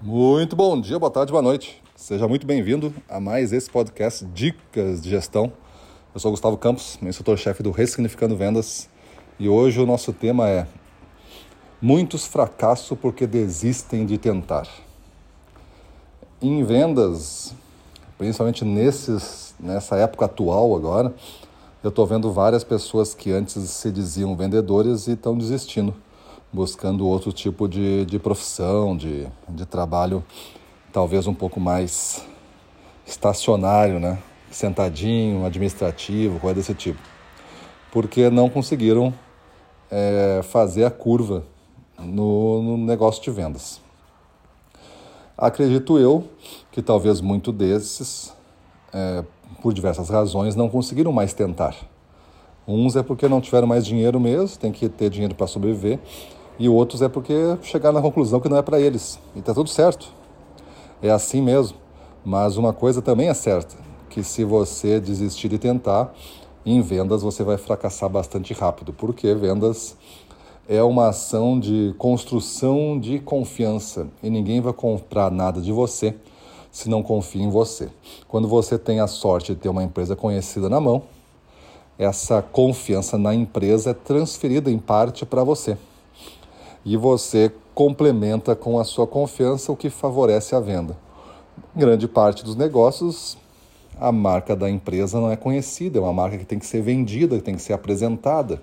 Muito bom dia, boa tarde, boa noite. Seja muito bem-vindo a mais esse podcast Dicas de Gestão. Eu sou o Gustavo Campos, instrutor-chefe do Ressignificando Vendas. E hoje o nosso tema é muitos fracassam porque desistem de tentar. Em vendas, principalmente nessa época atual agora, eu estou vendo várias pessoas que antes se diziam vendedores e estão desistindo, buscando outro tipo de profissão, de trabalho talvez um pouco mais estacionário, né? Sentadinho, administrativo, coisa desse tipo. Porque não conseguiram fazer a curva no negócio de vendas. Acredito eu que talvez muito desses, por diversas razões, não conseguiram mais tentar. Uns é porque não tiveram mais dinheiro mesmo, tem que ter dinheiro para sobreviver, e outros é porque chegaram na conclusão que não é para eles. E está tudo certo. É assim mesmo. Mas uma coisa também é certa, que se você desistir de tentar, em vendas você vai fracassar bastante rápido, porque vendas é uma ação de construção de confiança e ninguém vai comprar nada de você se não confia em você. Quando você tem a sorte de ter uma empresa conhecida na mão, essa confiança na empresa é transferida em parte para você. E você complementa com a sua confiança o que favorece a venda. Em grande parte dos negócios, a marca da empresa não é conhecida, é uma marca que tem que ser vendida, que tem que ser apresentada.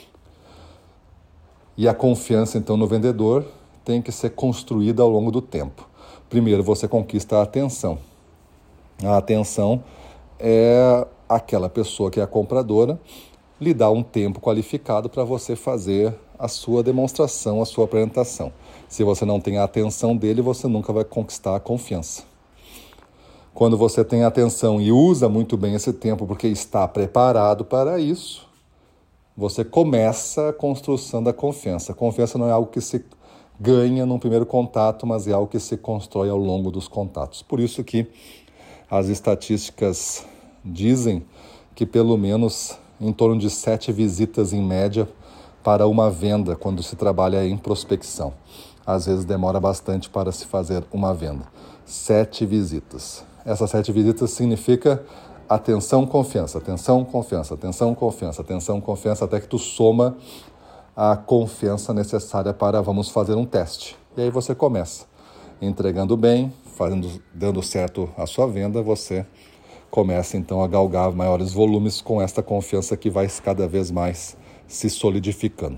E a confiança, então, no vendedor tem que ser construída ao longo do tempo. Primeiro, você conquista a atenção. A atenção é aquela pessoa que é a compradora, lhe dá um tempo qualificado para você fazer a sua demonstração, a sua apresentação. Se você não tem a atenção dele, você nunca vai conquistar a confiança. Quando você tem a atenção e usa muito bem esse tempo porque está preparado para isso, você começa a construção da confiança. A confiança não é algo que se ganha num primeiro contato, mas é algo que se constrói ao longo dos contatos. Por isso que as estatísticas dizem que pelo menos em torno de 7 visitas em média para uma venda quando se trabalha em prospecção. Às vezes demora bastante para se fazer uma venda. 7 visitas. Essas 7 visitas significa atenção, confiança, atenção, confiança, atenção, confiança, atenção, confiança, até que tu soma a confiança necessária para vamos fazer um teste. E aí você começa entregando bem, dando certo a sua venda, você começa então a galgar maiores volumes com esta confiança que vai cada vez mais se solidificando.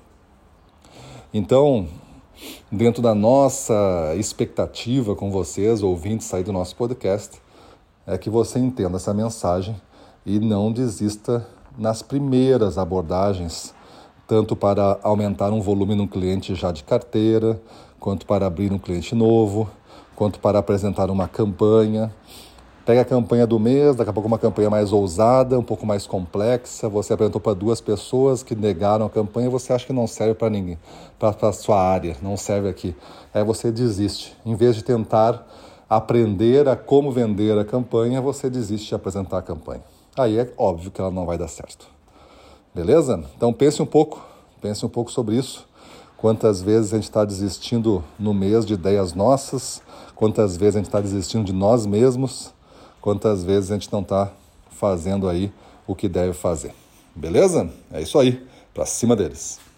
Então, dentro da nossa expectativa com vocês, ouvintes aí do nosso podcast, é que você entenda essa mensagem e não desista nas primeiras abordagens, tanto para aumentar um volume num cliente já de carteira, quanto para abrir um cliente novo, quanto para apresentar uma campanha. Pega a campanha do mês, daqui a pouco uma campanha mais ousada, um pouco mais complexa, você apresentou para 2 pessoas que negaram a campanha e você acha que não serve para ninguém, para a sua área, não serve aqui. Aí você desiste. Em vez de tentar aprender a como vender a campanha, você desiste de apresentar a campanha. Aí é óbvio que ela não vai dar certo. Beleza? Então pense um pouco sobre isso. Quantas vezes a gente está desistindo no mês de ideias nossas, quantas vezes a gente está desistindo de nós mesmos, quantas vezes a gente não está fazendo aí o que deve fazer. Beleza? É isso aí. Pra cima deles.